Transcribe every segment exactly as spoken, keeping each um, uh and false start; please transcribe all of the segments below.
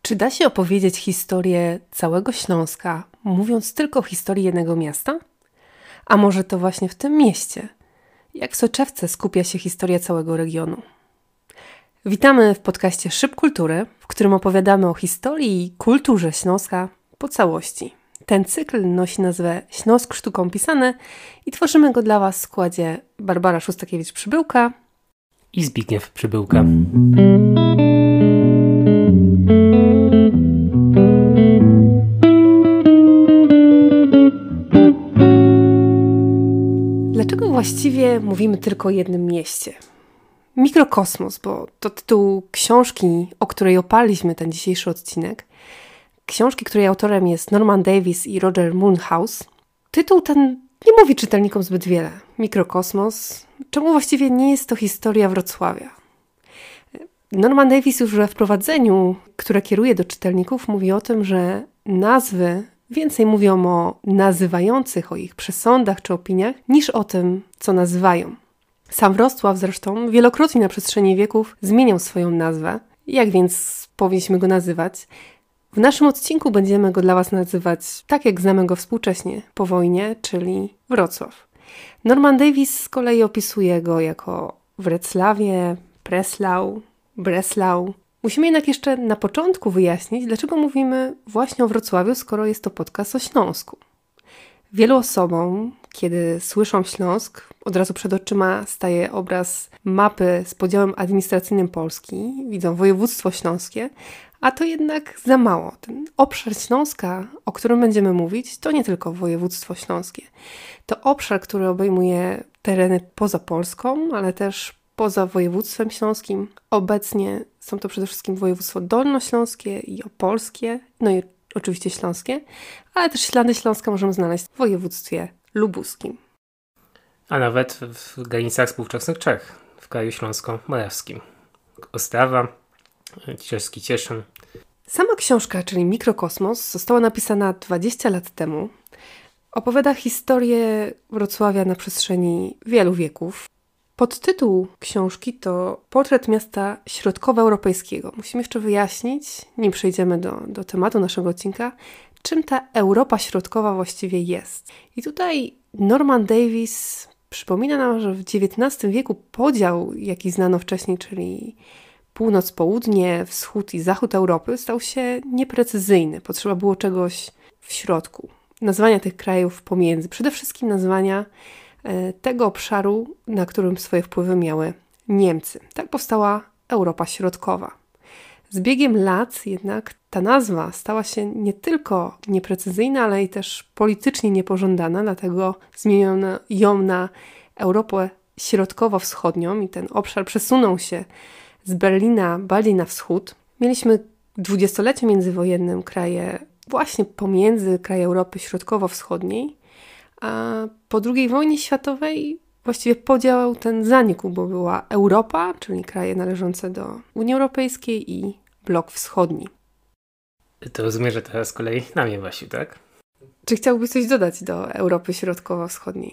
Czy da się opowiedzieć historię całego Śląska, mówiąc tylko o historii jednego miasta? A może to właśnie w tym mieście, jak w soczewce, skupia się historia całego regionu? Witamy w podcaście Szyb Kultury, w którym opowiadamy o historii i kulturze Śląska po całości. Ten cykl nosi nazwę Śląsk sztuką pisane i tworzymy go dla Was w składzie Barbara Szustakiewicz-Przybyłka i Zbigniew Przybyłka. Dlaczego właściwie mówimy tylko o jednym mieście? Mikrokosmos, bo to tytuł książki, o której oparliśmy ten dzisiejszy odcinek. Książki, której autorem jest Norman Davies i Roger Moorhouse. Tytuł ten nie mówi czytelnikom zbyt wiele. Mikrokosmos. Czemu właściwie nie jest to historia Wrocławia? Norman Davies już we wprowadzeniu, które kieruje do czytelników, mówi o tym, że nazwy więcej mówią o nazywających, o ich przesądach czy opiniach, niż o tym, co nazywają. Sam Wrocław zresztą wielokrotnie na przestrzeni wieków zmieniał swoją nazwę. Jak więc powinniśmy go nazywać? W naszym odcinku będziemy go dla Was nazywać tak, jak znamy go współcześnie, po wojnie, czyli Wrocław. Norman Davies z kolei opisuje go jako Wreclawie, Breslau, Breslau. Musimy jednak jeszcze na początku wyjaśnić, dlaczego mówimy właśnie o Wrocławiu, skoro jest to podcast o Śląsku. Wielu osobom, kiedy słyszą Śląsk, od razu przed oczyma staje obraz mapy z podziałem administracyjnym Polski, widzą województwo śląskie, a to jednak za mało. Ten obszar Śląska, o którym będziemy mówić, to nie tylko województwo śląskie. To obszar, który obejmuje tereny poza Polską, ale też poza województwem śląskim. Obecnie są to przede wszystkim województwo dolnośląskie i opolskie, no i oczywiście śląskie, ale też ślady Śląska możemy znaleźć w województwie lubuskim. A nawet w granicach współczesnych Czech, w kraju śląsko-morawskim. Ostrawa, Czeski Cieszyn. Sama książka, czyli Mikrokosmos, została napisana dwadzieścia lat temu. Opowiada historię Wrocławia na przestrzeni wielu wieków. Podtytuł książki to Portret miasta środkowoeuropejskiego. Musimy jeszcze wyjaśnić, nim przejdziemy do, do tematu naszego odcinka, czym ta Europa Środkowa właściwie jest. I tutaj Norman Davies przypomina nam, że w dziewiętnastym wieku podział, jaki znano wcześniej, czyli północ, południe, wschód i zachód Europy, stał się nieprecyzyjny. Potrzeba było czegoś w środku. Nazwania tych krajów pomiędzy. Przede wszystkim nazwania tego obszaru, na którym swoje wpływy miały Niemcy. Tak powstała Europa Środkowa. Z biegiem lat jednak ta nazwa stała się nie tylko nieprecyzyjna, ale i też politycznie niepożądana, dlatego zmieniono ją na Europę Środkowo-Wschodnią i ten obszar przesunął się z Berlina bardziej na wschód. Mieliśmy w dwudziestoleciu międzywojennym kraje właśnie pomiędzy kraje Europy Środkowo-Wschodniej, a po drugiej wojnie światowej właściwie podział ten zanikł, bo była Europa, czyli kraje należące do Unii Europejskiej i blok wschodni. To rozumiem, że teraz z kolei na mnie, Basiu, tak? Czy chciałbyś coś dodać do Europy Środkowo-Wschodniej?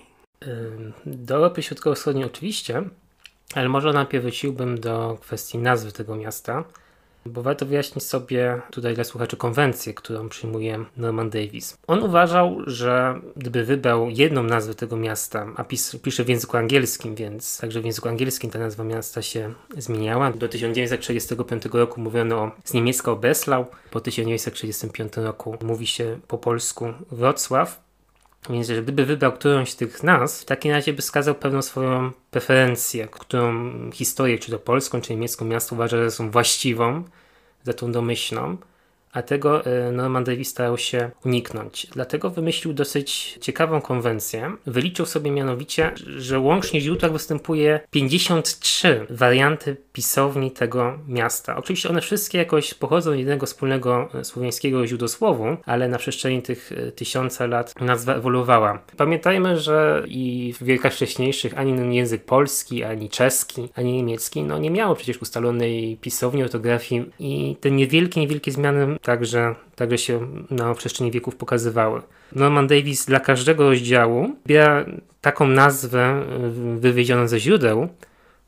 Do Europy Środkowo-Wschodniej oczywiście, ale może najpierw wróciłbym do kwestii nazwy tego miasta, bo warto wyjaśnić sobie tutaj dla słuchaczy konwencję, którą przyjmuje Norman Davies. On uważał, że gdyby wybrał jedną nazwę tego miasta, a pis, pisze w języku angielskim, więc także w języku angielskim ta nazwa miasta się zmieniała. Do tysiąc dziewięćset trzydziestego piątego roku mówiono z niemiecka o Breslau, po tysiąc dziewięćset trzydziestym piątym roku mówi się po polsku Wrocław. Więc że gdyby wybrał którąś z tych nazw, w takim razie by wskazał pewną swoją preferencję, którą historię, czy to polską, czy niemiecką miasto uważa, że są właściwą, za tą domyślną, a tego Norman Davies starał się uniknąć. Dlatego wymyślił dosyć ciekawą konwencję. Wyliczył sobie mianowicie, że łącznie w źródłach występuje pięćdziesiąt trzy warianty pisowni tego miasta. Oczywiście one wszystkie jakoś pochodzą z jednego wspólnego słowiańskiego źródłosłowu, ale na przestrzeni tych tysiąca lat nazwa ewoluowała. Pamiętajmy, że i w wiekach wcześniejszych ani język polski, ani czeski, ani niemiecki no nie miało przecież ustalonej pisowni, ortografii i te niewielkie, niewielkie zmiany także, także się na przestrzeni wieków pokazywały. Norman Davies dla każdego rozdziału wybiera taką nazwę wywiedzioną ze źródeł,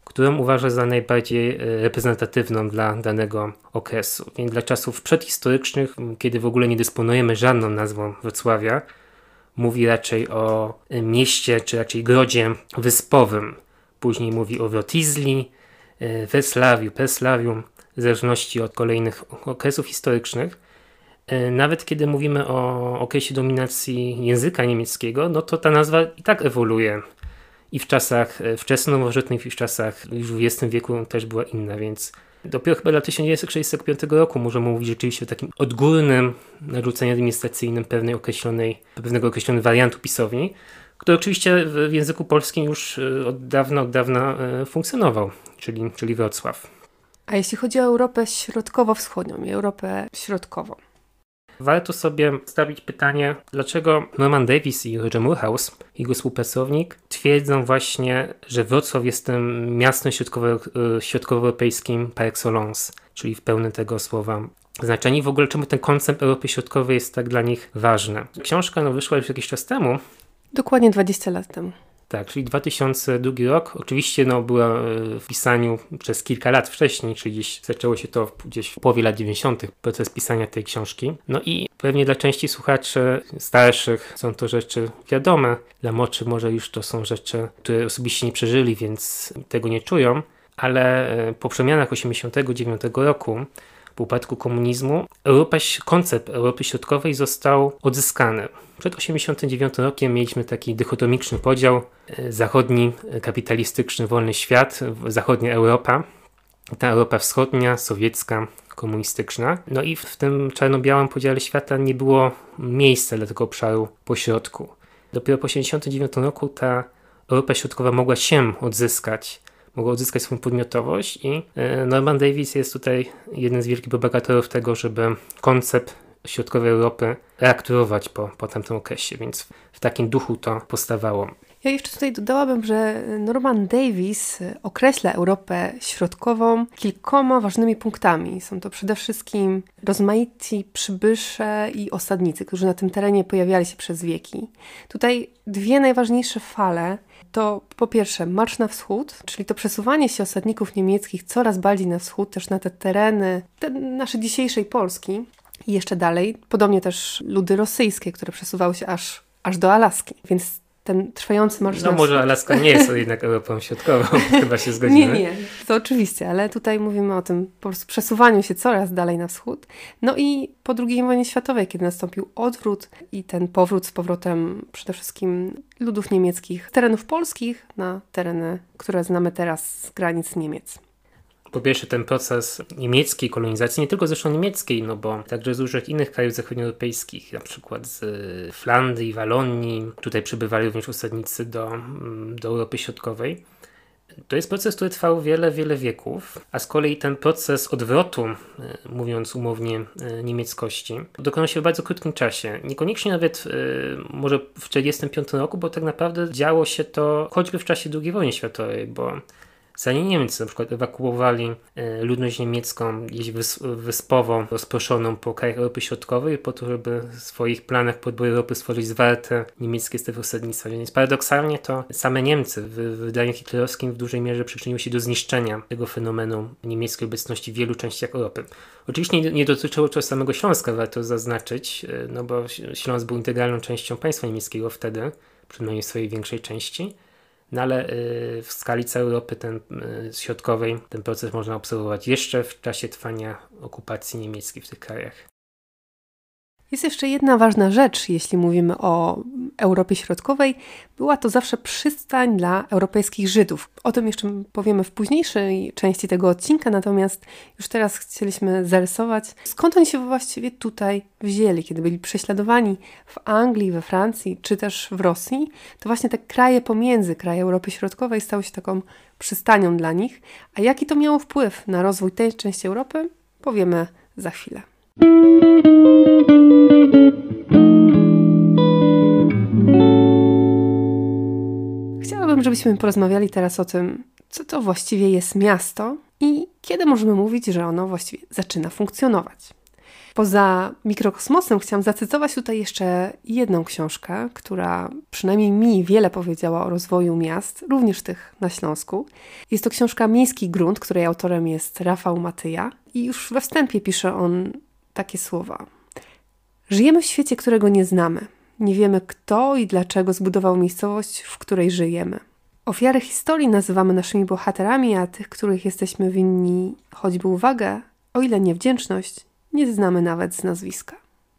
którą uważa za najbardziej reprezentatywną dla danego okresu. Więc dla czasów przedhistorycznych, kiedy w ogóle nie dysponujemy żadną nazwą Wrocławia, mówi raczej o mieście, czy raczej grodzie wyspowym. Później mówi o Wrotizli, Wesławiu, Preslawiu, w zależności od kolejnych okresów historycznych. Nawet kiedy mówimy o okresie dominacji języka niemieckiego, no to ta nazwa i tak ewoluuje. I w czasach wczesnonowożytnych, i w czasach już w dwudziestym wieku też była inna, więc dopiero chyba dla tysiąc dziewięćset sześćdziesiątego piątego roku możemy mówić rzeczywiście o takim odgórnym narzuceniu administracyjnym pewnej określonej, pewnego określonego wariantu pisowni, który oczywiście w języku polskim już od dawna, od dawna funkcjonował, czyli, czyli Wrocław. A jeśli chodzi o Europę Środkowo-Wschodnią i Europę Środkową? Warto sobie stawić pytanie, dlaczego Norman Davies i Roger Moorhouse, jego współpracownik, twierdzą właśnie, że Wrocław jest tym miastem środkowo- środkowoeuropejskim par excellence, czyli w pełnym tego słowa znaczeniu. W ogóle czemu ten koncept Europy Środkowej jest tak dla nich ważny. Książka no, wyszła już jakiś czas temu. Dokładnie dwadzieścia lat temu. Tak, czyli dwa tysiące drugi rok. Oczywiście no, była w pisaniu przez kilka lat wcześniej, czyli gdzieś zaczęło się to gdzieś w połowie lat dziewięćdziesiątych proces pisania tej książki. No i pewnie dla części słuchaczy starszych są to rzeczy wiadome, dla młodszych może już to są rzeczy, które osobiście nie przeżyli, więc tego nie czują, ale po przemianach osiemdziesiątego dziewiątego roku, po upadku komunizmu, Europa, koncept Europy Środkowej został odzyskany. Przed osiemdziesiątym dziewiątym rokiem mieliśmy taki dychotomiczny podział, zachodni, kapitalistyczny, wolny świat, zachodnia Europa, ta Europa wschodnia, sowiecka, komunistyczna. No i w tym czarno-białym podziale świata nie było miejsca dla tego obszaru pośrodku. Dopiero po osiemdziesiątym dziewiątym roku ta Europa Środkowa mogła się odzyskać, mogła odzyskać swoją podmiotowość i Norman Davies jest tutaj jednym z wielkich propagatorów tego, żeby koncept środkowej Europy reaktywować po, po tamtym okresie, więc w takim duchu to powstawało. Ja jeszcze tutaj dodałabym, że Norman Davies określa Europę Środkową kilkoma ważnymi punktami. Są to przede wszystkim rozmaici przybysze i osadnicy, którzy na tym terenie pojawiali się przez wieki. Tutaj dwie najważniejsze fale to po pierwsze marsz na wschód, czyli to przesuwanie się osadników niemieckich coraz bardziej na wschód, też na te tereny te naszej dzisiejszej Polski i jeszcze dalej. Podobnie też ludy rosyjskie, które przesuwały się aż, aż do Alaski, więc ten trwający marsz No na może wschód. Alaska nie jest jednak Europą Środkową, chyba się zgodzimy. Nie, nie, to oczywiście, ale tutaj mówimy o tym po prostu przesuwaniu się coraz dalej na wschód. No i po drugiej wojnie światowej, kiedy nastąpił odwrót i ten powrót z powrotem przede wszystkim ludów niemieckich, terenów polskich na tereny, które znamy teraz z granic Niemiec. Po pierwsze ten proces niemieckiej kolonizacji, nie tylko zresztą niemieckiej, no bo także z różnych innych krajów zachodnioeuropejskich, na przykład z Flandrii, Walonii, tutaj przybywali również osadnicy do, do Europy Środkowej. To jest proces, który trwał wiele, wiele wieków, a z kolei ten proces odwrotu, mówiąc umownie, niemieckości, dokonał się w bardzo krótkim czasie. Niekoniecznie nawet może w tysiąc dziewięćset czterdziestym piątym roku, bo tak naprawdę działo się to choćby w czasie drugiej wojny światowej, bo sami Niemcy na przykład ewakuowali ludność niemiecką gdzieś wyspowo rozproszoną po krajach Europy Środkowej po to, żeby w swoich planach podboju Europy stworzyć zwarte niemieckie strefy osadnictwa. Więc paradoksalnie to same Niemcy w wydaniu hitlerowskim w dużej mierze przyczyniły się do zniszczenia tego fenomenu niemieckiej obecności w wielu częściach Europy. Oczywiście nie, nie dotyczyło to samego Śląska, warto zaznaczyć, no bo Śląsk był integralną częścią państwa niemieckiego wtedy, przynajmniej w swojej większej części. No ale w skali całej Europy ten, środkowej ten proces można obserwować jeszcze w czasie trwania okupacji niemieckiej w tych krajach. Jest jeszcze jedna ważna rzecz, jeśli mówimy o Europie Środkowej. Była to zawsze przystań dla europejskich Żydów. O tym jeszcze powiemy w późniejszej części tego odcinka, natomiast już teraz chcieliśmy zarysować, skąd oni się właściwie tutaj wzięli, kiedy byli prześladowani w Anglii, we Francji, czy też w Rosji. To właśnie te kraje pomiędzy, kraje Europy Środkowej stały się taką przystanią dla nich. A jaki to miało wpływ na rozwój tej części Europy, powiemy za chwilę. Chciałabym, żebyśmy porozmawiali teraz o tym, co to właściwie jest miasto i kiedy możemy mówić, że ono właściwie zaczyna funkcjonować. Poza mikrokosmosem chciałam zacytować tutaj jeszcze jedną książkę, która przynajmniej mi wiele powiedziała o rozwoju miast, również tych na Śląsku. Jest to książka Miejski grunt, której autorem jest Rafał Matyja i już we wstępie pisze on takie słowa. Żyjemy w świecie, którego nie znamy. Nie wiemy, kto i dlaczego zbudował miejscowość, w której żyjemy. Ofiary historii nazywamy naszymi bohaterami, a tych, których jesteśmy winni choćby uwagę, o ile nie wdzięczność, nie znamy nawet z nazwiska.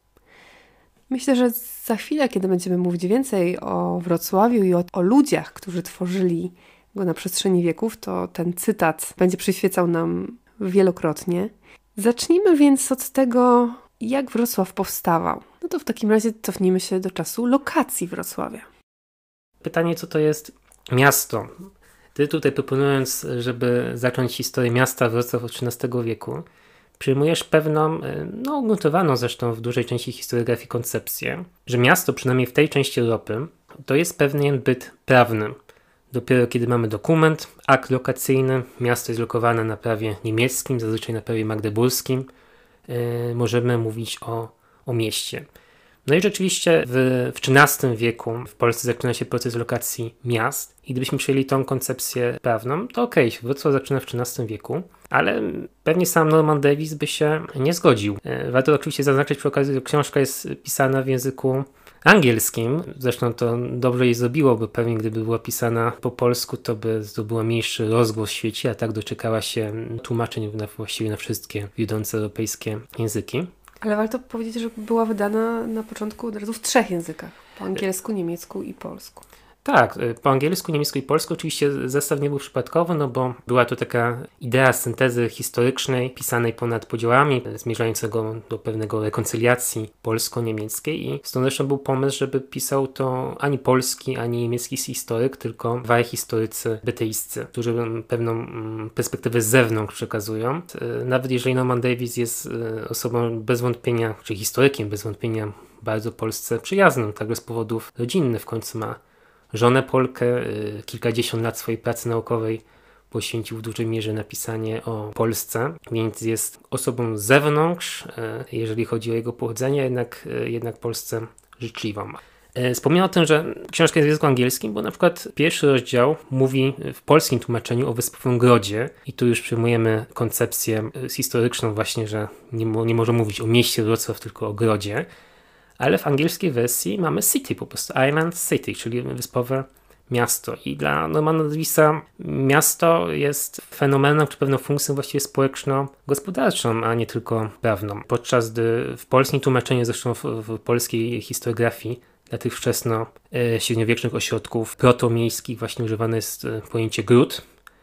Myślę, że za chwilę, kiedy będziemy mówić więcej o Wrocławiu i o, o ludziach, którzy tworzyli go na przestrzeni wieków, to ten cytat będzie przyświecał nam wielokrotnie. Zacznijmy więc od tego, jak Wrocław powstawał. No to w takim razie cofnijmy się do czasu lokacji Wrocławia. Pytanie, co to jest miasto? Ty tutaj proponując, żeby zacząć historię miasta Wrocław od trzynastego wieku, przyjmujesz pewną, no ugruntowaną zresztą w dużej części historiografii koncepcję, że miasto, przynajmniej w tej części Europy, to jest pewien byt prawny. Dopiero kiedy mamy dokument, akt lokacyjny, miasto jest lokowane na prawie niemieckim, zazwyczaj na prawie magdeburskim, yy, możemy mówić o, o mieście. No i rzeczywiście w, w trzynastym wieku w Polsce zaczyna się proces lokacji miast i gdybyśmy przyjęli tą koncepcję prawną, to okej, okay, Wrocław zaczyna w trzynastym wieku, ale pewnie sam Norman Davies by się nie zgodził. Warto oczywiście zaznaczyć przy okazji, że książka jest pisana w języku angielskim, zresztą to dobrze jej zrobiło, bo pewnie gdyby była pisana po polsku, to by zdobyła mniejszy rozgłos w świecie, a tak doczekała się tłumaczeń na, właściwie na wszystkie wiodące europejskie języki. Ale warto powiedzieć, że była wydana na początku od razu w trzech językach. Po angielsku, niemiecku i polsku. Tak, po angielsku, niemiecku i polsku oczywiście zestaw nie był przypadkowy, no bo była to taka idea syntezy historycznej, pisanej ponad podziałami, zmierzającego do pewnego rekoncyliacji polsko-niemieckiej i stąd zresztą był pomysł, żeby pisał to ani polski, ani niemiecki historyk, tylko dwaj historycy brytyjscy, którzy pewną perspektywę z zewnątrz przekazują. Nawet jeżeli Norman Davies jest osobą bez wątpienia, czy historykiem bez wątpienia bardzo Polsce przyjaznym, także z powodów rodzinnych, w końcu ma żonę Polkę, kilkadziesiąt lat swojej pracy naukowej poświęcił w dużej mierze na pisanie o Polsce, więc jest osobą z zewnątrz, jeżeli chodzi o jego pochodzenie, jednak, jednak Polsce życzliwą. Wspomniałem o tym, że książka jest w języku angielskim, bo na przykład pierwszy rozdział mówi w polskim tłumaczeniu o Wyspowym Grodzie i tu już przyjmujemy koncepcję historyczną właśnie, że nie, nie może mówić o mieście Wrocław, tylko o grodzie. Ale w angielskiej wersji mamy city, po prostu Island City, czyli wyspowe miasto. I dla Normana Daviesa miasto jest fenomenem, czy pewną funkcją właściwie społeczno-gospodarczą, a nie tylko prawną. Podczas gdy w polskim tłumaczeniu, zresztą w, w polskiej historiografii dla tych wczesno-średniowiecznych ośrodków protomiejskich właśnie używane jest pojęcie gród.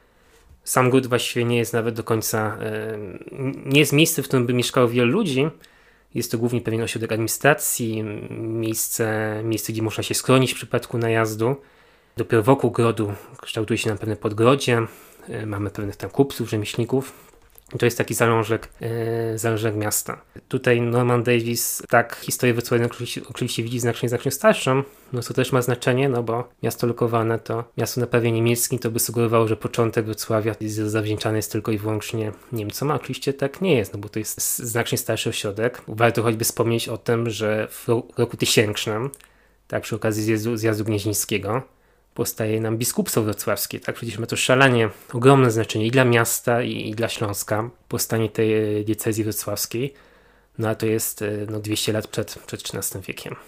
Sam gród właściwie nie jest nawet do końca, nie jest miejscem, w którym by mieszkało wielu ludzi. Jest to głównie pewien ośrodek administracji, miejsce, miejsce, gdzie można się schronić w przypadku najazdu. Dopiero wokół grodu kształtuje się nam pewne podgrodzie, mamy pewnych tam kupców, rzemieślników. To jest taki zalążek, e, zalążek miasta. Tutaj Norman Davies tak historię Wrocławia oczywiście, oczywiście widzi znacznie, znacznie starszą, no co też ma znaczenie, no bo miasto lokowane to miasto na prawie niemieckim, to by sugerowało, że początek Wrocławia zawdzięczany jest tylko i wyłącznie Niemcom, a oczywiście tak nie jest, no bo to jest znacznie starszy ośrodek. Warto choćby wspomnieć o tym, że w roku tysięcznym, tak przy okazji zjazdu, zjazdu gnieźnieńskiego, powstaje nam biskupstwo wrocławskie, tak? Przecież ma to szalenie ogromne znaczenie i dla miasta, i, i dla Śląska, powstanie tej diecezji wrocławskiej, no a to jest no, dwieście lat przed, przed trzynastym wiekiem.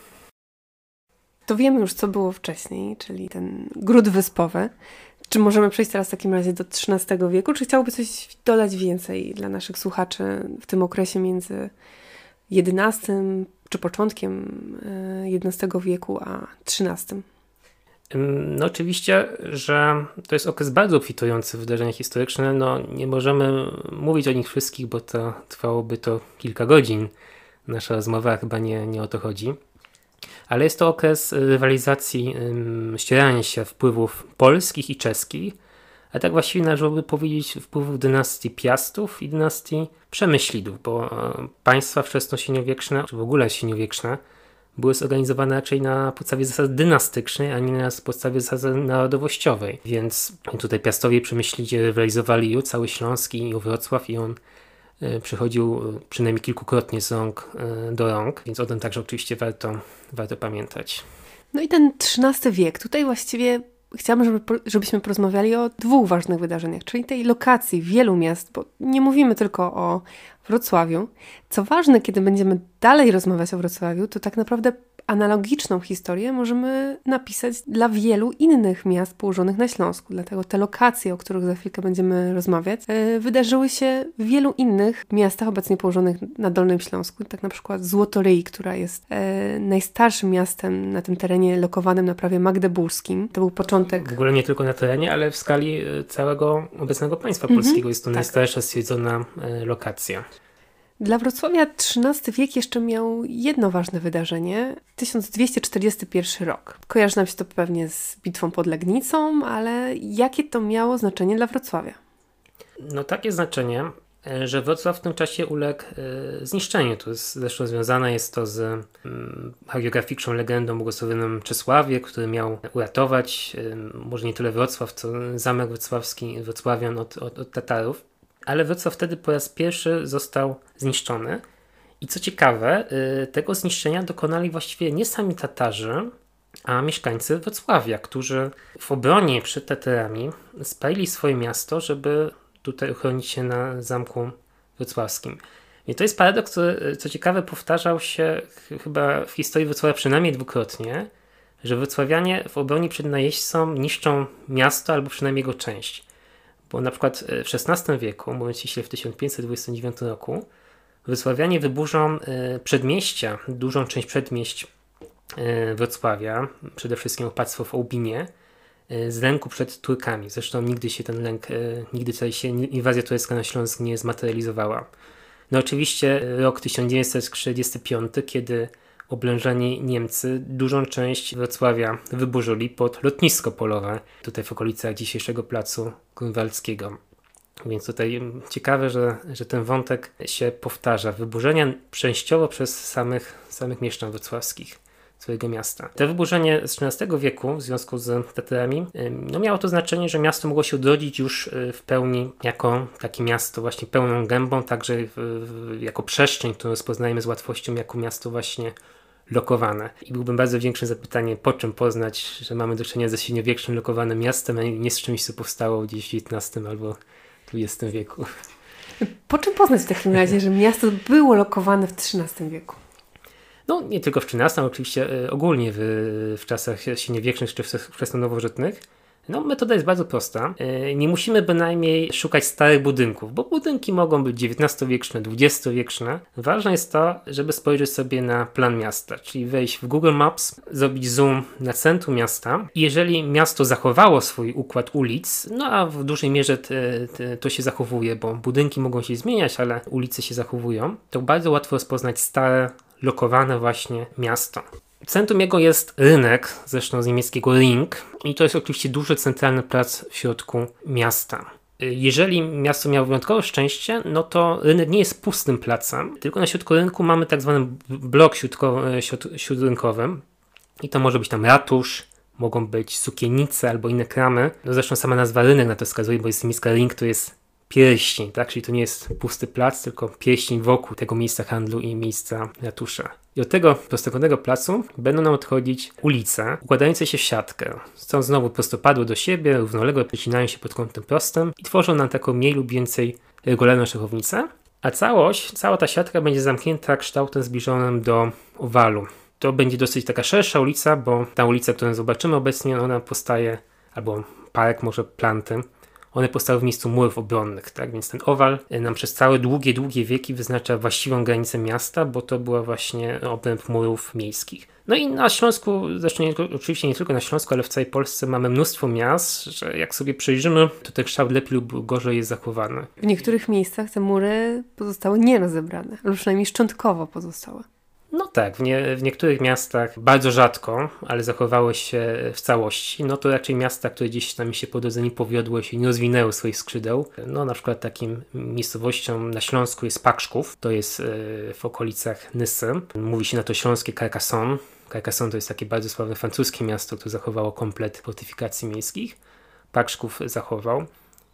To wiemy już, co było wcześniej, czyli ten gród wyspowy. Czy możemy przejść teraz w takim razie do trzynastego wieku, czy chciałby coś dodać więcej dla naszych słuchaczy w tym okresie między jedenastym czy początkiem jedenastego wieku a trzynastym? No oczywiście, że to jest okres bardzo obfitujący w wydarzenia historyczne. No nie możemy mówić o nich wszystkich, bo to trwałoby to kilka godzin. Nasza rozmowa chyba nie, nie o to chodzi. Ale jest to okres rywalizacji, ścierania się wpływów polskich i czeskich, a tak właściwie należałoby powiedzieć wpływów dynastii Piastów i dynastii Przemyślidów, bo państwa wczesnośredniowieczne, czy w ogóle średniowieczne, były zorganizowane raczej na podstawie zasady dynastycznej, a nie na podstawie zasady narodowościowej. Więc tutaj Piastowie i Przemyślidzie rywalizowali i o cały Śląsk, i o Wrocław, i on przychodził przynajmniej kilkukrotnie z rąk do rąk, więc o tym także oczywiście warto, warto pamiętać. No i ten trzynasty wiek, tutaj właściwie chciałabym, żeby, żebyśmy porozmawiali o dwóch ważnych wydarzeniach, czyli tej lokacji wielu miast, bo nie mówimy tylko o Wrocławiu. Co ważne, kiedy będziemy dalej rozmawiać o Wrocławiu, to tak naprawdę analogiczną historię możemy napisać dla wielu innych miast położonych na Śląsku. Dlatego te lokacje, o których za chwilkę będziemy rozmawiać, yy, wydarzyły się w wielu innych miastach obecnie położonych na Dolnym Śląsku. Tak na przykład Złotoryi, która jest yy, najstarszym miastem na tym terenie lokowanym na prawie magdeburskim. To był początek... W ogóle nie tylko na terenie, ale w skali całego obecnego państwa polskiego mm-hmm, jest to tak. najstarsza stwierdzona yy, lokacja. Dla Wrocławia trzynasty wiek jeszcze miał jedno ważne wydarzenie. tysiąc dwieście czterdziesty pierwszy rok. Kojarzy nam się to pewnie z bitwą pod Legnicą, ale jakie to miało znaczenie dla Wrocławia? No takie znaczenie, że Wrocław w tym czasie uległ y, zniszczeniu. To jest zresztą związane jest to z y, hagiograficzną legendą o błogosławionym Czesławie, który miał uratować y, może nie tyle Wrocław, co zamek wrocławski, Wrocławian od, od, od Tatarów. Ale Wrocław wtedy po raz pierwszy został zniszczony. I co ciekawe, tego zniszczenia dokonali właściwie nie sami Tatarzy, a mieszkańcy Wrocławia, którzy w obronie przed Tatarami spalili swoje miasto, żeby tutaj uchronić się na zamku wrocławskim. I to jest paradoks, który, co ciekawe, powtarzał się chyba w historii Wrocławia przynajmniej dwukrotnie, że wrocławianie w obronie przed najeźdźcą niszczą miasto albo przynajmniej jego część. Bo na przykład w szesnastym wieku, mówiąc ściśle w tysiąc pięćset dwudziestym dziewiątym roku, wrocławianie wyburzą przedmieścia, dużą część przedmieść Wrocławia, przede wszystkim opactwo w Oubinie, z lęku przed Turkami. Zresztą nigdy się ten lęk, nigdy tutaj się inwazja turecka na Śląsk nie zmaterializowała. No oczywiście rok tysiąc dziewięćset czterdziesty piąty, kiedy oblężeni Niemcy dużą część Wrocławia wyburzyli pod lotnisko polowe, tutaj w okolicach dzisiejszego placu Grunwaldzkiego. Więc tutaj ciekawe, że, że ten wątek się powtarza. Wyburzenia częściowo przez samych, samych mieszczan wrocławskich, swojego miasta. To wyburzenie z trzynastego wieku w związku z Tatarami no miało to znaczenie, że miasto mogło się odrodzić już w pełni jako takie miasto właśnie pełną gębą, także w, w, jako przestrzeń, którą rozpoznajemy z łatwością jako miasto właśnie lokowane. I byłbym bardzo wdzięczny za pytanie, po czym poznać, że mamy do czynienia ze średniowiecznym lokowanym miastem, a nie z czymś, co powstało gdzieś w dziewiętnastym albo dwudziestym wieku. Po czym poznać w takim razie, że miasto było lokowane w trzynastym wieku? No nie tylko w trzynastym, ale oczywiście y, ogólnie w, w czasach średniowiecznych czy wczesnonowożytnych. No metoda jest bardzo prosta. Y, nie musimy bynajmniej szukać starych budynków, bo budynki mogą być dziewiętnastowieczne, dwudziestowieczne. Ważne jest to, żeby spojrzeć sobie na plan miasta, czyli wejść w Google Maps, zrobić zoom na centrum miasta. I jeżeli miasto zachowało swój układ ulic, no a w dużej mierze t, t, to się zachowuje, bo budynki mogą się zmieniać, ale ulice się zachowują, to bardzo łatwo rozpoznać stare, lokowane właśnie miasto. Centrum jego jest rynek, zresztą z niemieckiego Ring, i to jest oczywiście duży centralny plac w środku miasta. Jeżeli miasto miało wyjątkowe szczęście, no to rynek nie jest pustym placem, tylko na środku rynku mamy tak zwany blok śródrynkowy i to może być tam ratusz, mogą być sukiennice albo inne kramy. No zresztą sama nazwa rynek na to wskazuje, bo jest niemiecka Ring, to jest pierścień, tak? Czyli to nie jest pusty plac, tylko pierścień wokół tego miejsca handlu i miejsca ratusza. I od tego prostokątnego placu będą nam odchodzić ulice układające się w siatkę. Są znowu prostopadłe do siebie, równoległe, przecinają się pod kątem prostym i tworzą nam taką mniej lub więcej regularną szachownicę, a całość, cała ta siatka będzie zamknięta kształtem zbliżonym do owalu. To będzie dosyć taka szersza ulica, bo ta ulica, którą zobaczymy obecnie, ona powstaje, albo park, może planty, one powstały w miejscu murów obronnych, tak? Więc ten owal nam przez całe długie, długie wieki wyznacza właściwą granicę miasta, bo to była właśnie obręb murów miejskich. No i na Śląsku, zresztą nie, oczywiście nie tylko na Śląsku, ale w całej Polsce mamy mnóstwo miast, że jak sobie przejrzymy, to ten kształt lepiej lub gorzej jest zachowany. W niektórych miejscach te mury pozostały nierozebrane, lub przynajmniej szczątkowo pozostały. No tak, w, nie, w niektórych miastach bardzo rzadko, ale zachowały się w całości. No to raczej miasta, które gdzieś tam się po drodze nie powiodły się, nie rozwinęły swoich skrzydeł. No na przykład takim miejscowością na Śląsku jest Packszków, to jest yy, w okolicach Nysy. Mówi się na to śląskie Carcassonne. Carcassonne to jest takie bardzo sławne francuskie miasto, które zachowało komplet fortyfikacji miejskich. Packszków zachował.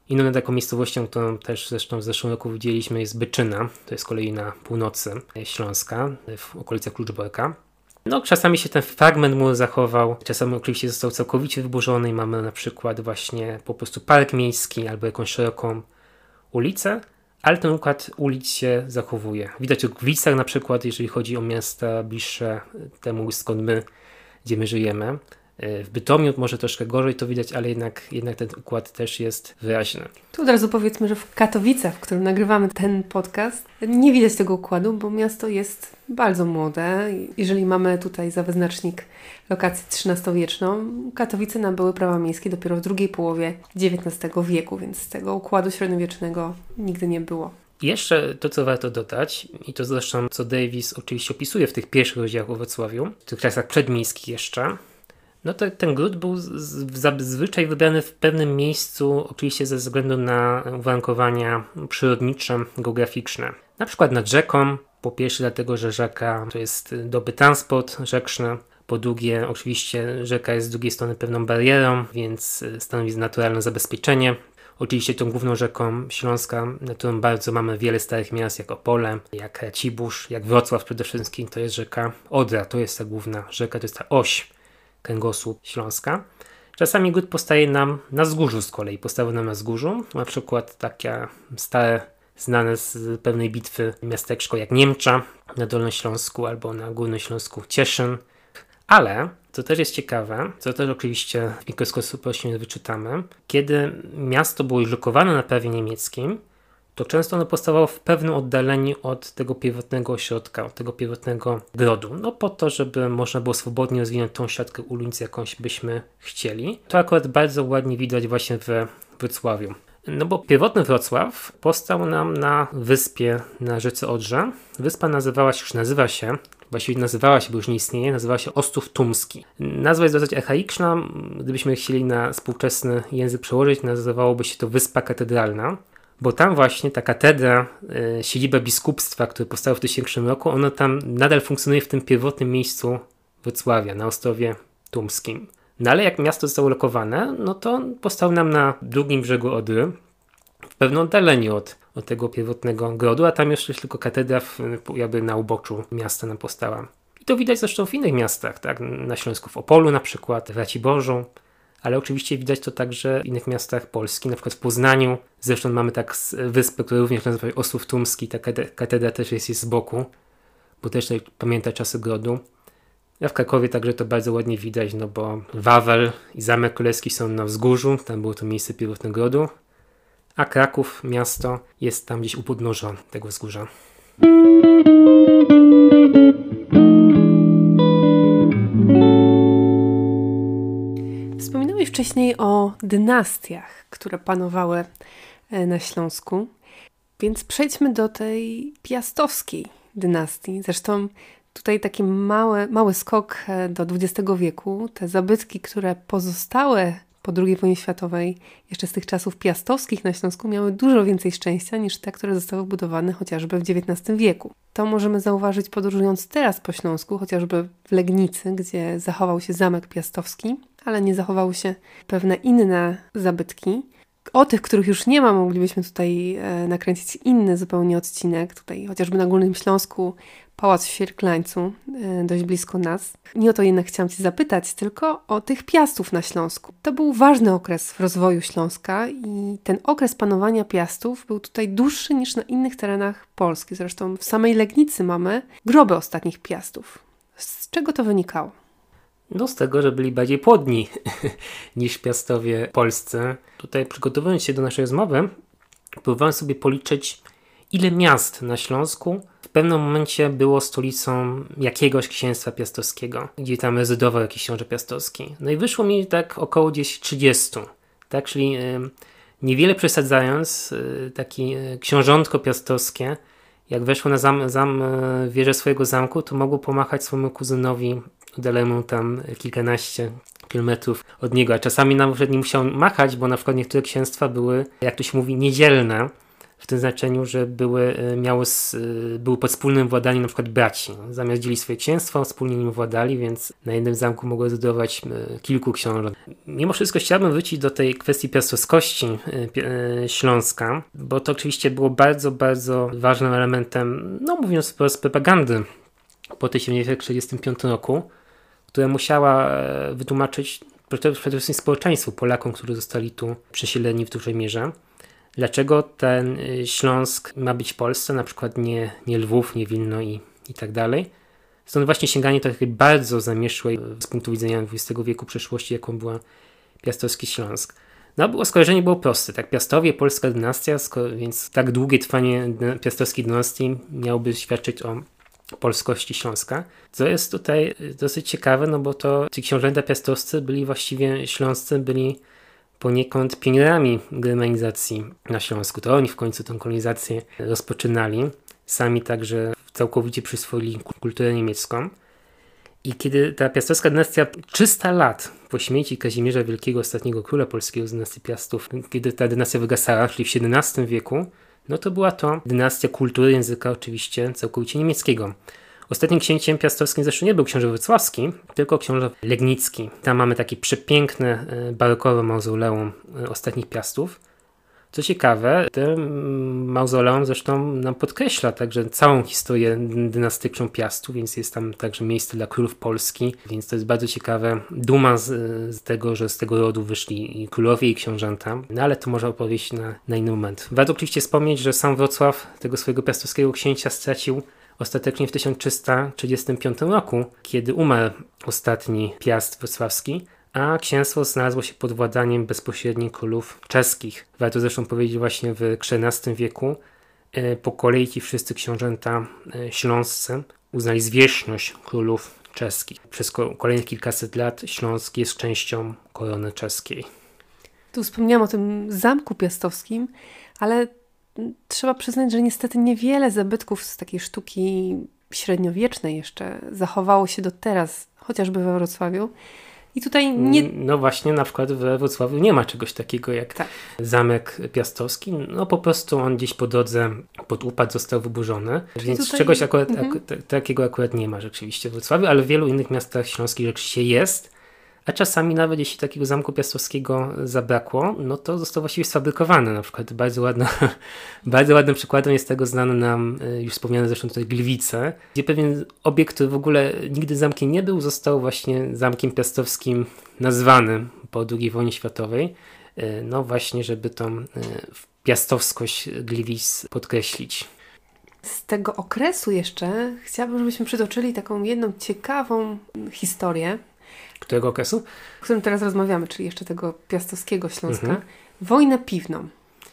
Inną taką miejscowością, którą też zresztą w zeszłym roku widzieliśmy, jest Byczyna. To jest z kolei na północy Śląska, w okolicach Kluczborka. No, czasami się ten fragment muru zachował, czasami oczywiście został całkowicie wyburzony i mamy na przykład właśnie po prostu park miejski albo jakąś szeroką ulicę, ale ten układ ulic się zachowuje. Widać w Gliwicach na przykład, jeżeli chodzi o miasta bliższe temu, skąd my, gdzie my żyjemy. W Bytomiu może troszkę gorzej to widać, ale jednak, jednak ten układ też jest wyraźny. Tu od razu powiedzmy, że w Katowicach, w którym nagrywamy ten podcast, nie widać tego układu, bo miasto jest bardzo młode. Jeżeli mamy tutaj za wyznacznik lokację trzynastowieczną, Katowice nabyły prawa miejskie dopiero w drugiej połowie dziewiętnastego wieku, więc tego układu średniowiecznego nigdy nie było. I jeszcze to, co warto dodać, i to zresztą co Davis oczywiście opisuje w tych pierwszych rozdziałach o Wrocławiu, w tych czasach przedmiejskich jeszcze, no to ten gród był z, z, zazwyczaj wybrany w pewnym miejscu, oczywiście ze względu na uwarunkowania przyrodnicze, geograficzne. Na przykład nad rzeką, po pierwsze dlatego, że rzeka to jest dobry transport rzeczny, po drugie oczywiście rzeka jest z drugiej strony pewną barierą, więc stanowi naturalne zabezpieczenie. Oczywiście tą główną rzeką Śląska, na którą bardzo mamy wiele starych miast, jak Opole, jak Racibórz, jak Wrocław przede wszystkim, to jest rzeka Odra, to jest ta główna rzeka, to jest ta oś kręgosłup Śląska. Czasami gród powstaje nam na wzgórzu z kolei, powstawał nam na wzgórzu, na przykład takie stare, znane z pewnej bitwy miasteczko jak Niemcza na Dolnośląsku albo na Górnośląsku Cieszyn. Ale, co też jest ciekawe, co też oczywiście w mikroskopie wyczytamy, kiedy miasto było już lokowane na prawie niemieckim, to często ono powstawało w pewnym oddaleniu od tego pierwotnego ośrodka, od tego pierwotnego grodu. No po to, żeby można było swobodnie rozwinąć tą siatkę ulic, jakąś byśmy chcieli. To akurat bardzo ładnie widać właśnie we Wrocławiu. No bo pierwotny Wrocław powstał nam na wyspie na rzece Odrze. Wyspa nazywała się, już nazywa się, właściwie nazywała się, bo już nie istnieje, nazywała się Ostrów Tumski. Nazwa jest dosyć archaiczna, gdybyśmy chcieli na współczesny język przełożyć, nazywałoby się to Wyspa Katedralna. Bo tam właśnie ta katedra, y, siedziba biskupstwa, które powstało w tysięcznym roku, ona tam nadal funkcjonuje w tym pierwotnym miejscu Wrocławia, na Ostrowie Tumskim. No ale jak miasto zostało lokowane, no to powstał nam na drugim brzegu Odry, w pewnym oddaleniu od, od tego pierwotnego grodu, a tam jeszcze tylko katedra w, jakby na uboczu miasta nam powstała. I to widać zresztą w innych miastach, tak? Na Śląsku w Opolu na przykład, w Raciborzu. Ale oczywiście widać to także w innych miastach Polski, na przykład w Poznaniu. Zresztą mamy tak wyspę, która również nazywa się Ostrów Tumski, ta katedra też jest, jest z boku, bo też tutaj pamięta czasy grodu. A w Krakowie także to bardzo ładnie widać, no bo Wawel i Zamek Królewski są na wzgórzu, tam było to miejsce pierwotnego grodu, a Kraków, miasto, jest tam gdzieś u podnóża tego wzgórza. Wspominałeś wcześniej o dynastiach, które panowały na Śląsku, więc przejdźmy do tej piastowskiej dynastii. Zresztą tutaj taki mały, mały skok do dwudziestego wieku. Te zabytki, które pozostały po drugiej wojnie światowej jeszcze z tych czasów piastowskich na Śląsku, miały dużo więcej szczęścia niż te, które zostały budowane chociażby w dziewiętnastym wieku. To możemy zauważyć podróżując teraz po Śląsku, chociażby w Legnicy, gdzie zachował się zamek piastowski, ale nie zachowały się pewne inne zabytki. O tych, których już nie ma, moglibyśmy tutaj e, nakręcić inny zupełnie odcinek. Tutaj chociażby na Górnym Śląsku Pałac w Świerklańcu, e, dość blisko nas. Nie o to jednak chciałam Cię zapytać, tylko o tych Piastów na Śląsku. To był ważny okres w rozwoju Śląska i ten okres panowania Piastów był tutaj dłuższy niż na innych terenach Polski. Zresztą w samej Legnicy mamy groby ostatnich Piastów. Z czego to wynikało? No z tego, że byli bardziej płodni niż Piastowie polscy. Tutaj przygotowując się do naszej rozmowy, próbowałem sobie policzyć, ile miast na Śląsku w pewnym momencie było stolicą jakiegoś księstwa piastowskiego, gdzie tam rezydował jakiś książę piastowski. No i wyszło mi tak około gdzieś trzydziestu. Tak, czyli yy, niewiele przesadzając, yy, takie yy, książątko piastowskie, jak weszło na zam, zam, yy, wieżę swojego zamku, to mogło pomachać swojemu kuzynowi oddalemu tam kilkanaście kilometrów od niego, a czasami nawet nie musiał machać, bo na przykład niektóre księstwa były, jak to się mówi, niedzielne w tym znaczeniu, że były, miały, były pod wspólnym władaniem na przykład braci. Zamiast dzielić swoje księstwo, wspólnie nim władali, więc na jednym zamku mogło zbudować kilku książąt. Mimo wszystko chciałbym wrócić do tej kwestii piastowskości Śląska, bo to oczywiście było bardzo, bardzo ważnym elementem, no mówiąc wprost, propagandy po tysiąc dziewięćset czterdziestym piątym roku, która musiała wytłumaczyć przede wszystkim społeczeństwu, Polakom, którzy zostali tu przesiedleni w dużej mierze, dlaczego ten Śląsk ma być w Polsce, na przykład nie, nie Lwów, nie Wilno i, i tak dalej. Stąd właśnie sięganie do takiej bardzo zamieszłej z punktu widzenia dwudziestego wieku przeszłości, jaką była Piastowski Śląsk. No, było, skojarzenie było proste, tak, Piastowie, polska dynastia, więc tak długie trwanie piastowskiej dynastii miałoby świadczyć o polskości Śląska. Co jest tutaj dosyć ciekawe, no bo to ci książęta piastowscy byli właściwie śląscy, byli poniekąd pionierami germanizacji na Śląsku. To oni w końcu tę kolonizację rozpoczynali. Sami także całkowicie przyswoili kulturę niemiecką. I kiedy ta piastowska dynastia trzysta lat po śmierci Kazimierza Wielkiego, ostatniego króla polskiego z dynastii Piastów, kiedy ta dynastia wygasała, czyli w siedemnastym wieku, no to była to dynastia kultury, języka oczywiście całkowicie niemieckiego. Ostatnim księciem piastowskim zresztą nie był książę wrocławski, tylko książę legnicki. Tam mamy takie przepiękne, barokowe mauzoleum ostatnich Piastów. Co ciekawe, ten mauzoleum zresztą nam podkreśla także całą historię dynastyczną Piastów, więc jest tam także miejsce dla królów Polski, więc to jest bardzo ciekawe. Duma z, z tego, że z tego rodu wyszli i królowie i książęta, no ale to można opowiedzieć na, na inny moment. Warto oczywiście wspomnieć, że sam Wrocław tego swojego piastowskiego księcia stracił ostatecznie w tysiąc trzysta trzydziestym piątym roku, kiedy umarł ostatni Piast wrocławski, a księstwo znalazło się pod władaniem bezpośrednich królów czeskich. Warto zresztą powiedzieć, właśnie w trzynastym wieku e, po kolei ci wszyscy książęta e, śląscy uznali zwierzchność królów czeskich. Przez ko- kolejnych kilkaset lat Śląsk jest częścią korony czeskiej. Tu wspomniałam o tym zamku piastowskim, ale trzeba przyznać, że niestety niewiele zabytków z takiej sztuki średniowiecznej jeszcze zachowało się do teraz, chociażby we Wrocławiu. I tutaj nie... No właśnie, na przykład we Wrocławiu nie ma czegoś takiego jak tak. Zamek Piastowski. No po prostu on gdzieś po drodze pod upad został wyburzony. Czyli więc tutaj... czegoś akurat, mhm. ak- t- takiego akurat nie ma rzeczywiście w Wrocławiu, ale w wielu innych miastach śląskich rzeczywiście jest. A czasami nawet jeśli takiego zamku piastowskiego zabrakło, no to został właściwie sfabrykowany. Na przykład bardzo, ładno, bardzo ładnym przykładem jest tego znany nam, już wspomniany zresztą tutaj Gliwice, gdzie pewien obiekt, który w ogóle nigdy zamkiem nie był, został właśnie zamkiem piastowskim nazwany po drugiej wojnie światowej. No właśnie, żeby tą piastowskość Gliwic podkreślić. Z tego okresu jeszcze chciałabym, żebyśmy przytoczyli taką jedną ciekawą historię. Którego okresu? O którym teraz rozmawiamy, czyli jeszcze tego piastowskiego Śląska. Mhm. Wojnę piwną.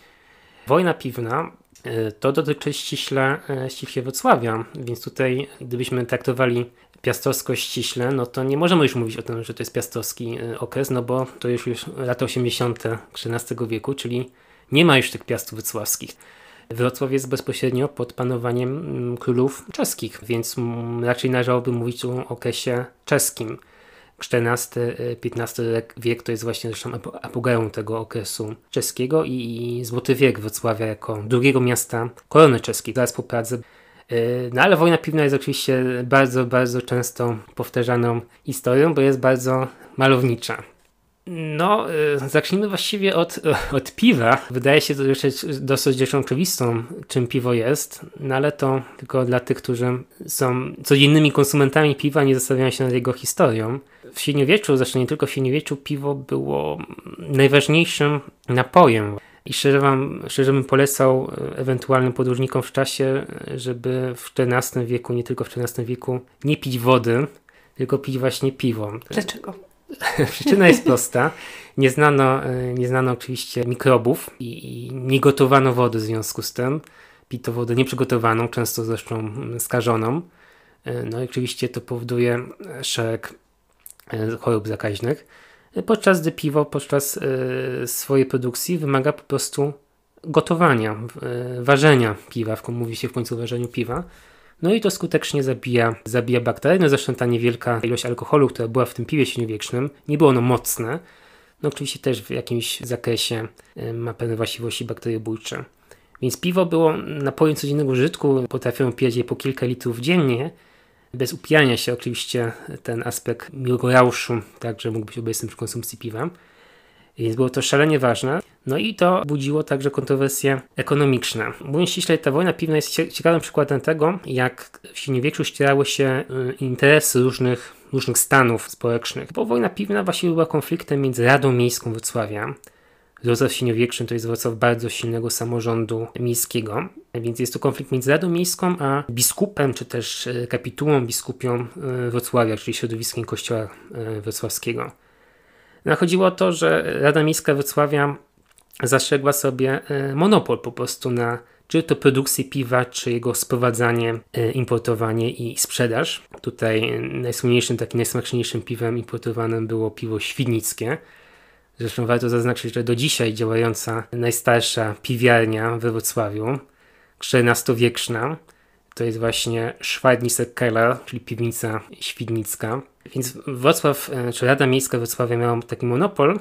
Wojna piwna to dotyczy ściśle, ściśle Wrocławia, więc tutaj gdybyśmy traktowali piastowskość ściśle, no to nie możemy już mówić o tym, że to jest piastowski okres, no bo to już, już lata osiemdziesiąte trzynastego wieku, czyli nie ma już tych piastów wrocławskich. Wrocław jest bezpośrednio pod panowaniem królów czeskich, więc raczej należałoby mówić o okresie czeskim. czternasty piętnasty wiek to jest właśnie zresztą apogeum tego okresu czeskiego i złoty wiek Wrocławia jako drugiego miasta korony czeskiej, zaraz po Pradze. No ale wojna piwna jest oczywiście bardzo, bardzo często powtarzaną historią, bo jest bardzo malownicza. No, zacznijmy właściwie od, od piwa. Wydaje się to już dosyć rzeczą oczywistą, czym piwo jest, no ale to tylko dla tych, którzy są codziennymi konsumentami piwa, nie zastanawiają się nad jego historią. W średniowieczu, zresztą nie tylko w średniowieczu, piwo było najważniejszym napojem. I szczerze, wam, szczerze bym polecał ewentualnym podróżnikom w czasie, żeby w czternastym wieku, nie tylko w czternastym wieku, nie pić wody, tylko pić właśnie piwo. Dlaczego? Przyczyna jest prosta. Nie znano, nie znano oczywiście mikrobów i, i nie gotowano wody w związku z tym. Pito wodę nieprzygotowaną, często zresztą skażoną. No i oczywiście to powoduje szereg chorób zakaźnych. Podczas gdy piwo, podczas y, swojej produkcji wymaga po prostu gotowania, y, ważenia piwa. Mówi się w końcu o ważeniu piwa. No i to skutecznie zabija, zabija bakterie. No zresztą ta niewielka ilość alkoholu, która była w tym piwie średniowiecznym, nie było ono mocne. No oczywiście też w jakimś zakresie y, ma pewne właściwości bakteriobójcze. Więc piwo było napojem codziennego użytku, potrafią pijać je po kilka litrów dziennie, bez upijania się oczywiście, ten aspekt miłego rauszu także mógł być obecny przy konsumpcji piwa. Więc było to szalenie ważne. No i to budziło także kontrowersje ekonomiczne. Mówiąc ściśle, ta wojna piwna jest ciekawym przykładem tego, jak w średniowieczu ścierały się interesy różnych, różnych stanów społecznych. Bo wojna piwna właściwie była konfliktem między Radą Miejską Wrocławia, Wrocław średniowieczny to jest Wrocław bardzo silnego samorządu miejskiego, więc jest to konflikt między Radą Miejską a biskupem, czy też kapitułą biskupią Wrocławia, czyli środowiskiem kościoła wrocławskiego. No, chodziło o to, że Rada Miejska Wrocławia zastrzegła sobie monopol po prostu na czy to produkcję piwa, czy jego sprowadzanie, importowanie i sprzedaż. Tutaj najsłynniejszym, takim najsmaczniejszym piwem importowanym było piwo świdnickie. Zresztą warto zaznaczyć, że do dzisiaj działająca najstarsza piwiarnia we Wrocławiu, czternastowieczna, to jest właśnie Schweidnischer Keller, czyli piwnica świdnicka. Więc Wrocław, czy Rada Miejska Wrocławia miała taki monopol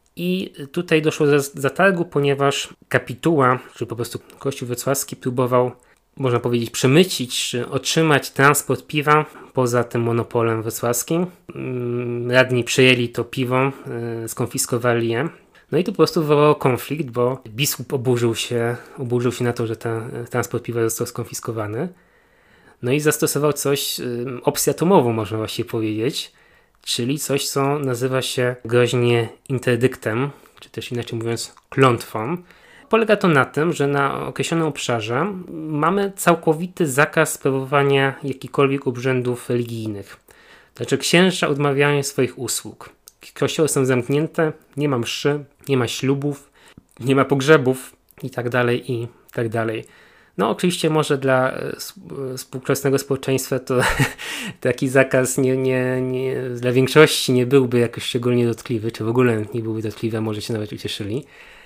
i tutaj doszło do zatargu, ponieważ kapituła, czy po prostu Kościół wrocławski próbował, można powiedzieć, przemycić, czy otrzymać transport piwa poza tym monopolem wrocławskim. Radni przejęli to piwo, skonfiskowali je. No i to po prostu wywołało konflikt, bo biskup oburzył się, oburzył się na to, że ten transport piwa został skonfiskowany. No i zastosował coś, opcję atomową można właściwie powiedzieć, czyli coś, co nazywa się groźnie interdyktem, czy też inaczej mówiąc klątwą. Polega to na tym, że na określonym obszarze mamy całkowity zakaz sprawowania jakichkolwiek obrzędów religijnych. Znaczy księża odmawiają swoich usług. Kościoły są zamknięte, nie ma mszy, nie ma ślubów, nie ma pogrzebów i tak dalej, i tak dalej. No oczywiście może dla współczesnego społeczeństwa to taki zakaz nie, nie, nie, dla większości nie byłby jakoś szczególnie dotkliwy, czy w ogóle nie byłby dotkliwy, a może się nawet ucieszyli.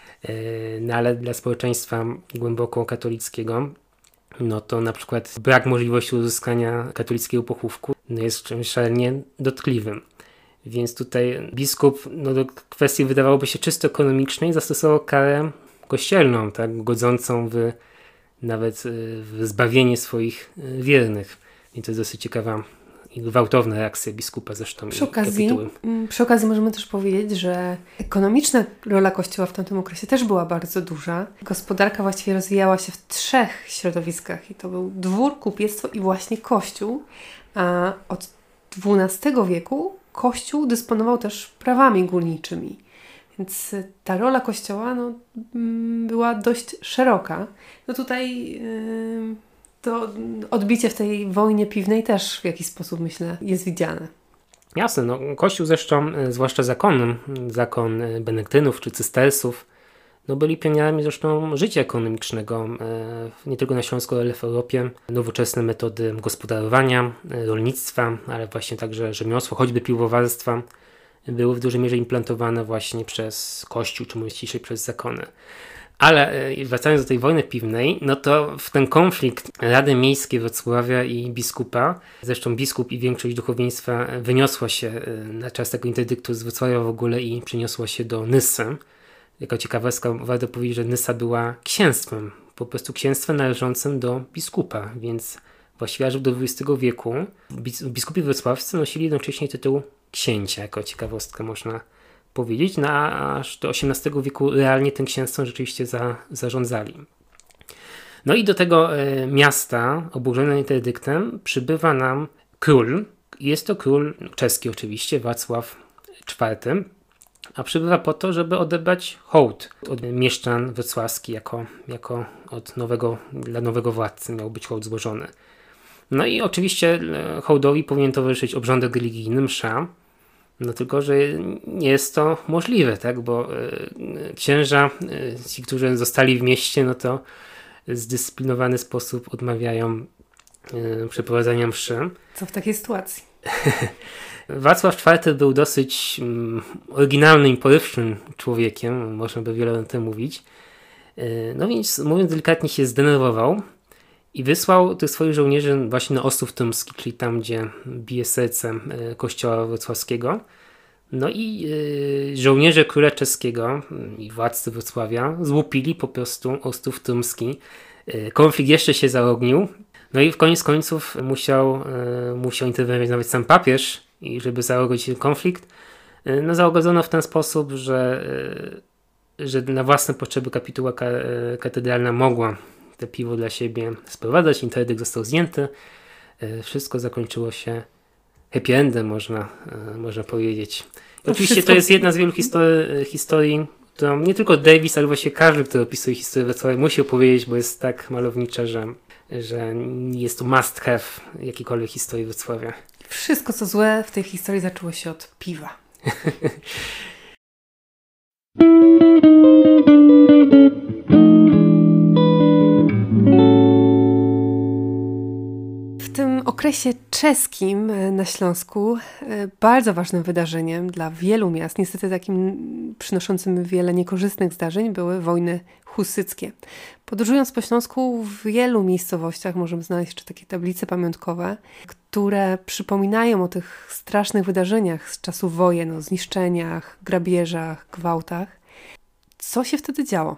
No ale dla społeczeństwa głęboko katolickiego, no to na przykład brak możliwości uzyskania katolickiego pochówku no jest czymś szalenie dotkliwym. Więc tutaj biskup no do kwestii wydawałoby się czysto ekonomicznej zastosował karę kościelną, tak, godzącą w nawet w zbawienie swoich wiernych. I to jest dosyć ciekawa i gwałtowna reakcja biskupa zresztą. Przy okazji, przy okazji możemy też powiedzieć, że ekonomiczna rola Kościoła w tamtym okresie też była bardzo duża. Gospodarka właściwie rozwijała się w trzech środowiskach i to był dwór, kupiectwo i właśnie Kościół. A od dwunastego wieku Kościół dysponował też prawami górniczymi. Więc ta rola Kościoła no, była dość szeroka. No tutaj yy, to odbicie w tej wojnie piwnej też w jakiś sposób, myślę, jest widziane. Jasne, no Kościół zresztą, zwłaszcza zakon, zakon benedyktynów czy cystersów, no byli pionierami zresztą życia ekonomicznego, nie tylko na Śląsku, ale w Europie. Nowoczesne metody gospodarowania, rolnictwa, ale właśnie także rzemiosło, choćby piwowarstwa, były w dużej mierze implantowane właśnie przez Kościół, czy mówiąc ciszej przez zakony. Ale wracając do tej wojny piwnej, no to w ten konflikt Rady Miejskiej Wrocławia i biskupa, zresztą biskup i większość duchowieństwa wyniosła się na czas tego interdyktu z Wrocławia w ogóle i przeniosła się do Nysy. Jako ciekawostka warto powiedzieć, że Nysa była księstwem, po prostu księstwem należącym do biskupa, więc właściwie aż do dwudziestego wieku biskupi wrocławscy nosili jednocześnie tytuł księcia, jako ciekawostkę można powiedzieć, no a aż do osiemnastego wieku realnie tym księstwem rzeczywiście za, zarządzali. No i do tego e, miasta oburzone interdyktem przybywa nam król. Jest to król czeski oczywiście, Wacław czwarty, a przybywa po to, żeby odebrać hołd od mieszczan wrocławskich jako, jako od nowego, dla nowego władcy miał być hołd złożony. No i oczywiście hołdowi powinien towarzyszyć obrządek religijny, msza, no tylko, że nie jest to możliwe, tak, bo y, księża, y, ci, którzy zostali w mieście, no to w zdyscyplinowany sposób odmawiają y, przeprowadzania mszy. Co w takiej sytuacji? Wacław czwarty był dosyć um, oryginalnym i porywczym człowiekiem, można by wiele o tym mówić. Y, no więc, mówiąc delikatnie, się zdenerwował i wysłał tych swoich żołnierzy właśnie na Ostrów Tumski, czyli tam, gdzie bije serce kościoła wrocławskiego. No i yy, żołnierze króla czeskiego i władcy Wrocławia złupili po prostu Ostrów Tyrmski. Yy, konflikt jeszcze się zaognił. No i w koniec końców musiał, yy, musiał interweniować nawet sam papież, i żeby załagodzić ten konflikt. Yy, no załagodzono w ten sposób, że, yy, że na własne potrzeby kapituła ka- katedralna mogła te piwo dla siebie sprowadzać. Interdykt został zdjęty. Yy, wszystko zakończyło się happy endem, można, yy, można powiedzieć. I oczywiście wszystko... to jest jedna z wielu historii, historii, którą nie tylko Davis, ale właśnie każdy, kto opisuje historię Wrocławia, musi opowiedzieć, bo jest tak malownicza, że, że jest to must have jakiejkolwiek historii Wrocławia. Wszystko, co złe w tej historii zaczęło się od piwa. W tym okresie czeskim na Śląsku bardzo ważnym wydarzeniem dla wielu miast, niestety takim przynoszącym wiele niekorzystnych zdarzeń, były wojny husyckie. Podróżując po Śląsku w wielu miejscowościach możemy znaleźć jeszcze takie tablice pamiątkowe, które przypominają o tych strasznych wydarzeniach z czasów wojen, o zniszczeniach, grabieżach, gwałtach. Co się wtedy działo?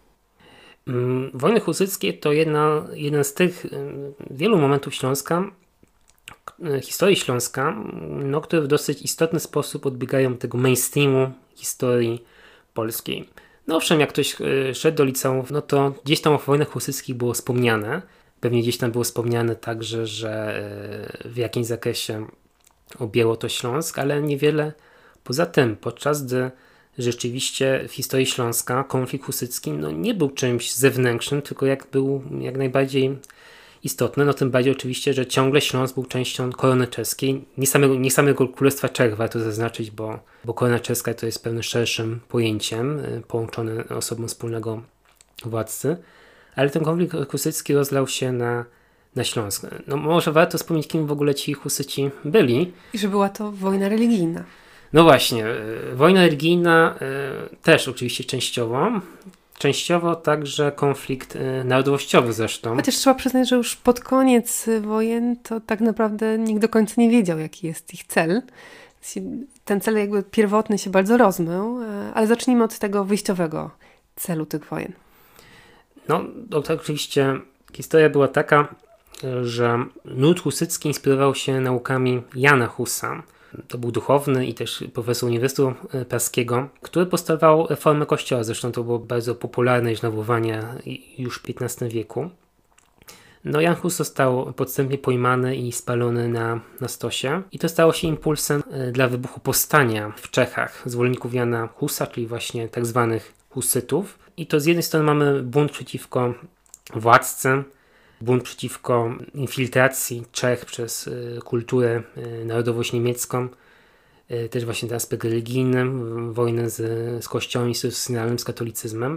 Wojny husyckie to jedna, jeden z tych wielu momentów Śląska, historii Śląska, no, które w dosyć istotny sposób odbiegają od tego mainstreamu historii polskiej. No owszem, jak ktoś szedł do liceum, no to gdzieś tam o wojnach husyckich było wspomniane. Pewnie gdzieś tam było wspomniane także, że w jakimś zakresie objęło to Śląsk, ale niewiele poza tym, podczas gdy rzeczywiście w historii Śląska konflikt husycki no, nie był czymś zewnętrznym, tylko jak był jak najbardziej istotny, no tym bardziej oczywiście, że ciągle Śląsk był częścią korony czeskiej, nie samego, nie samego Królestwa Czech, warto zaznaczyć, bo, bo korona czeska to jest pewnym szerszym pojęciem, połączone osobą wspólnego władcy, ale ten konflikt husycki rozlał się na, na Śląsk. No może warto wspomnieć, kim w ogóle ci Husyci byli. I że była to wojna religijna. No właśnie, wojna religijna też oczywiście częściowo, częściowo także konflikt narodowościowy zresztą. Chociaż trzeba przyznać, że już pod koniec wojen to tak naprawdę nikt do końca nie wiedział, jaki jest ich cel. Ten cel jakby pierwotny się bardzo rozmył, ale zacznijmy od tego wyjściowego celu tych wojen. No, to tak oczywiście historia była taka, że nurt husycki inspirował się naukami Jana Husa. To był duchowny i też profesor Uniwersytetu Praskiego, który postulował reformę kościoła. Zresztą to było bardzo popularne już nawoływanie już w piętnastym wieku. No Jan Hus został podstępnie pojmany i spalony na, na stosie. I to stało się impulsem dla wybuchu powstania w Czechach zwolenników Jana Husa, czyli właśnie tak zwanych husytów. I to z jednej strony mamy bunt przeciwko władcy, bunt przeciwko infiltracji Czech przez y, kulturę y, narodowość niemiecką, y, też właśnie ten aspekt religijny, wojnę z, z kościołem instytucjonalnym, z katolicyzmem.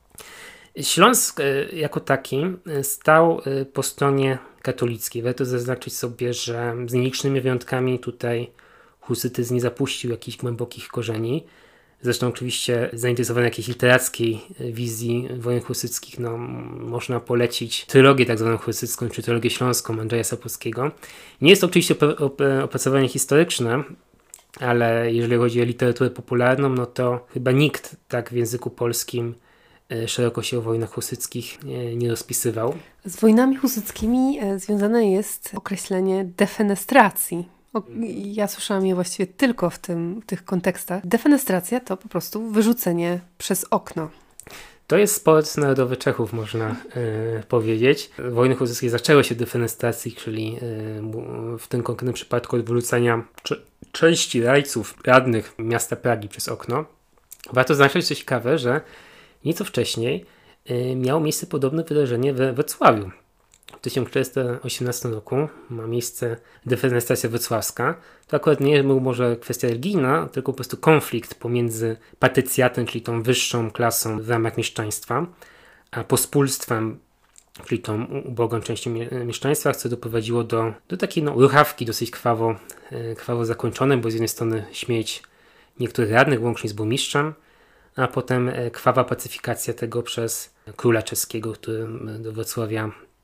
Śląsk y, jako taki y, stał y, po stronie katolickiej. Warto zaznaczyć sobie, że z nielicznymi wyjątkami tutaj husytyzm nie zapuścił jakichś głębokich korzeni. Zresztą oczywiście zainteresowany jakiejś literackiej wizji wojen husyckich, no, można polecić trylogię tak zwaną husycką, czy trylogię śląską Andrzeja Sapkowskiego. Nie jest to oczywiście opracowanie historyczne, ale jeżeli chodzi o literaturę popularną, no to chyba nikt tak w języku polskim szeroko się o wojnach husyckich nie, nie rozpisywał. Z wojnami husyckimi związane jest określenie defenestracji. Ja słyszałam je właściwie tylko w, tym, w tych kontekstach. Defenestracja to po prostu wyrzucenie przez okno. To jest sport narodowy Czechów, można y, powiedzieć. Wojny husyckie zaczęły się od defenestracji, czyli y, w tym konkretnym przypadku od wyrzucania cze- części rajców radnych miasta Pragi przez okno. Warto zaznaczyć coś ciekawe, że nieco wcześniej y, miało miejsce podobne wydarzenie we Wrocławiu. W tysiąc czterysta osiemnastym roku ma miejsce defenestracja wrocławska. To akurat nie był może kwestia religijna, tylko po prostu konflikt pomiędzy patrycjatem, czyli tą wyższą klasą w ramach mieszczaństwa, a pospólstwem, czyli tą ubogą częścią mieszczaństwa, co doprowadziło do, do takiej no, ruchawki dosyć krwawo, krwawo zakończonej, bo z jednej strony śmierć niektórych radnych, łącznie z burmistrzem, a potem krwawa pacyfikacja tego przez króla czeskiego, który do Wrocławia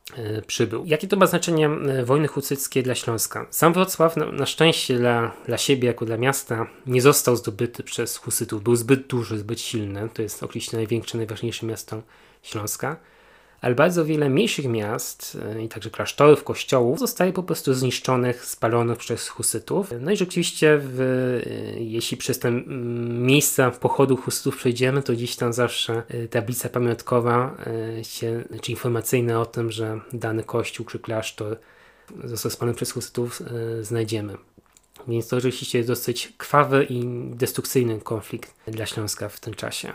przybył. Jakie to ma znaczenie wojny husyckie dla Śląska? Sam Wrocław na, na szczęście dla, dla siebie, jako dla miasta, nie został zdobyty przez Husytów. Był zbyt duży, zbyt silny. To jest oczywiście największe, najważniejsze miasto Śląska. Ale bardzo wiele mniejszych miast i także klasztorów, kościołów zostaje po prostu zniszczonych, spalonych przez Husytów. No i rzeczywiście w, jeśli przez te miejsca pochodu Husytów przejdziemy, to gdzieś tam zawsze tablica pamiątkowa się, czy informacyjna o tym, że dany kościół czy klasztor został spalony przez Husytów, znajdziemy. Więc to rzeczywiście jest dosyć krwawy i destrukcyjny konflikt dla Śląska w tym czasie.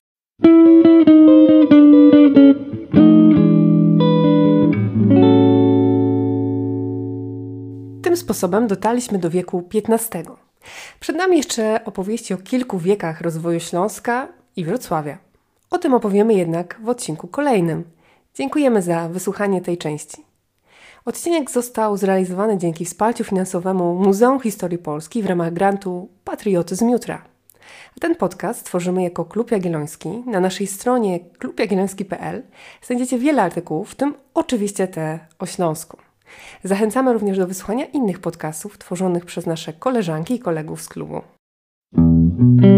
Tym sposobem dotarliśmy do wieku piętnastego. Przed nami jeszcze opowieści o kilku wiekach rozwoju Śląska i Wrocławia. O tym opowiemy jednak w odcinku kolejnym. Dziękujemy za wysłuchanie tej części. Odcinek został zrealizowany dzięki wsparciu finansowemu Muzeum Historii Polski w ramach grantu Patriotyzm Jutra. A ten podcast tworzymy jako Klub Jagielloński. Na naszej stronie klub jagielloński kropka p l znajdziecie wiele artykułów, w tym oczywiście te o Śląsku. Zachęcamy również do wysłuchania innych podcastów tworzonych przez nasze koleżanki i kolegów z klubu.